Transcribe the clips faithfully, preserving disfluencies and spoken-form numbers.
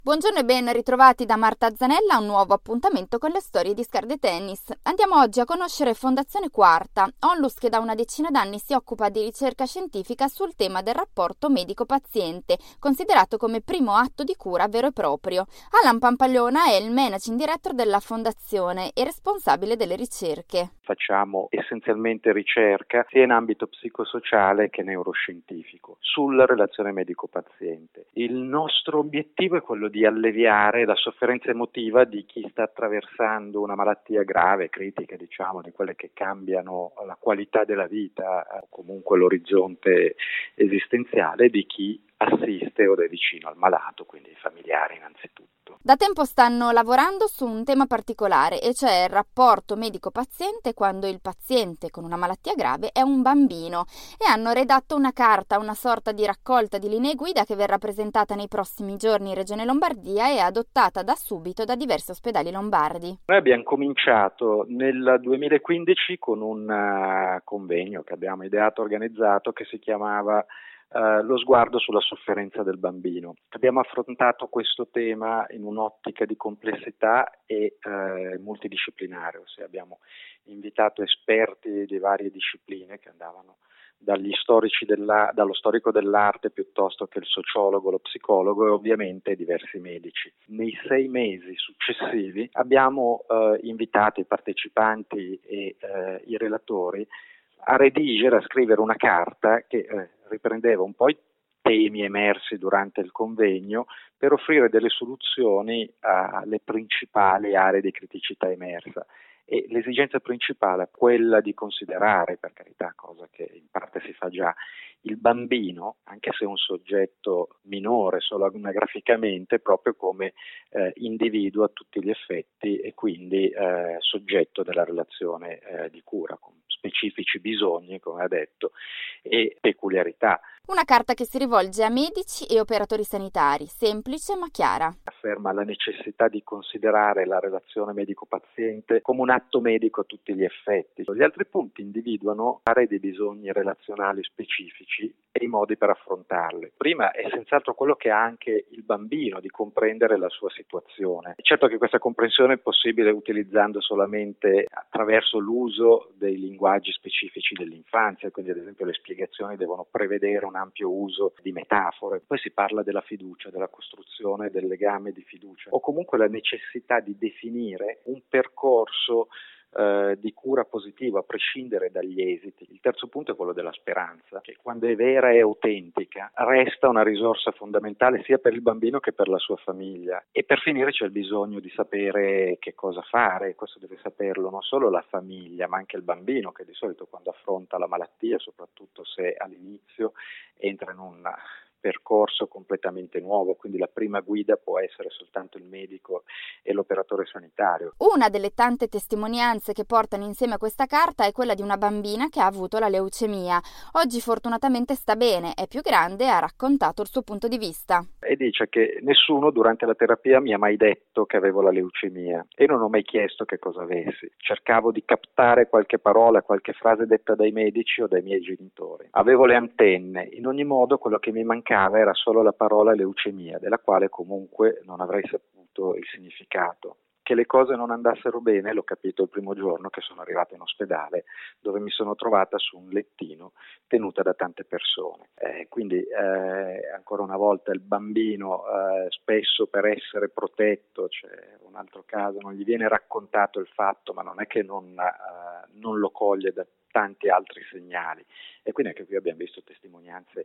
Buongiorno e ben ritrovati da Marta Zanella a un nuovo appuntamento con le storie di Scar de Tennis. Andiamo oggi a conoscere Fondazione Quarta, onlus che da una decina d'anni si occupa di ricerca scientifica sul tema del rapporto medico-paziente, considerato come primo atto di cura vero e proprio. Alan Pampagliona è il managing director della Fondazione e responsabile delle ricerche. Facciamo essenzialmente ricerca sia in ambito psicosociale che neuroscientifico sulla relazione medico-paziente. Il nostro obiettivo è quello di alleviare la sofferenza emotiva di chi sta attraversando una malattia grave, critica, diciamo, di quelle che cambiano la qualità della vita o comunque l'orizzonte esistenziale di chi assiste o è vicino al malato, quindi i familiari innanzitutto. Da tempo stanno lavorando su un tema particolare, e cioè il rapporto medico-paziente quando il paziente con una malattia grave è un bambino, e hanno redatto una carta, una sorta di raccolta di linee guida che verrà presentata nei prossimi giorni in Regione Lombardia e adottata da subito da diversi ospedali lombardi. Noi abbiamo cominciato nel duemilaquindici con un uh, convegno che abbiamo ideato e organizzato che si chiamava Uh, lo sguardo sulla sofferenza del bambino. Abbiamo affrontato questo tema in un'ottica di complessità e uh, multidisciplinare, ossia abbiamo invitato esperti di varie discipline che andavano dagli storici della, dallo storico dell'arte piuttosto che il sociologo, lo psicologo e ovviamente diversi medici. Nei sei mesi successivi abbiamo uh, invitato i partecipanti e uh, i relatori a redigere, a scrivere una carta che eh, riprendeva un po' i temi emersi durante il convegno per offrire delle soluzioni alle principali aree di criticità emersa. E l'esigenza principale è quella di considerare, per carità, cosa che in parte si fa già, il bambino, anche se è un soggetto minore solo anagraficamente, proprio come eh, individuo a tutti gli effetti e quindi eh, soggetto della relazione eh, di cura, con specifici bisogni, come ha detto, e peculiarità. Una carta che si rivolge a medici e operatori sanitari, semplice ma chiara. Afferma la necessità di considerare la relazione medico-paziente come un atto medico a tutti gli effetti. Gli altri punti individuano aree di bisogni relazionali specifici e i modi per affrontarli. Prima è senz'altro quello che ha anche il bambino, di comprendere la sua situazione. È certo che questa comprensione è possibile utilizzando solamente attraverso l'uso dei linguaggi specifici dell'infanzia, quindi ad esempio le spiegazioni devono prevedere un ampio uso di metafore. Poi si parla della fiducia, della costruzione del legame di fiducia, o comunque la necessità di definire un percorso eh, di cura positivo a prescindere dagli esiti. Il terzo punto è quello della speranza, che quando è vera e autentica resta una risorsa fondamentale sia per il bambino che per la sua famiglia. E per finire c'è il bisogno di sapere che cosa fare. Questo deve saperlo non solo la famiglia ma anche il bambino, che di solito quando affronta la malattia, soprattutto se all'inizio, entra in un percorso completamente nuovo, quindi la prima guida può essere soltanto il medico e l'operatore sanitario. Una delle tante testimonianze che portano insieme a questa carta è quella di una bambina che ha avuto la leucemia. Oggi fortunatamente sta bene, è più grande e ha raccontato il suo punto di vista. E dice che nessuno durante la terapia mi ha mai detto che avevo la leucemia e non ho mai chiesto che cosa avessi. Cercavo di captare qualche parola, qualche frase detta dai medici o dai miei genitori. Avevo le antenne, in ogni modo quello che mi mancava era solo la parola leucemia, della quale comunque non avrei saputo il significato. Che le cose non andassero bene l'ho capito il primo giorno che sono arrivata in ospedale, dove mi sono trovata su un lettino tenuta da tante persone. Eh, quindi eh, ancora una volta il bambino eh, spesso per essere protetto, c'è un altro caso, non gli viene raccontato il fatto, ma non è che non, eh, non lo coglie da tanti altri segnali. E quindi anche qui abbiamo visto testimonianze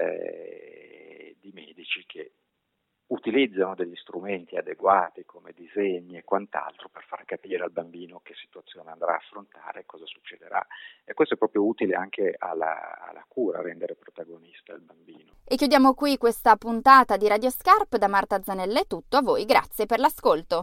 eh, di medici che utilizzano degli strumenti adeguati come disegni e quant'altro per far capire al bambino che situazione andrà a affrontare e cosa succederà. E questo è proprio utile anche alla, alla cura, rendere protagonista il bambino. E chiudiamo qui questa puntata di Radio Scarp. Da Marta Zanella è tutto, a voi grazie per l'ascolto.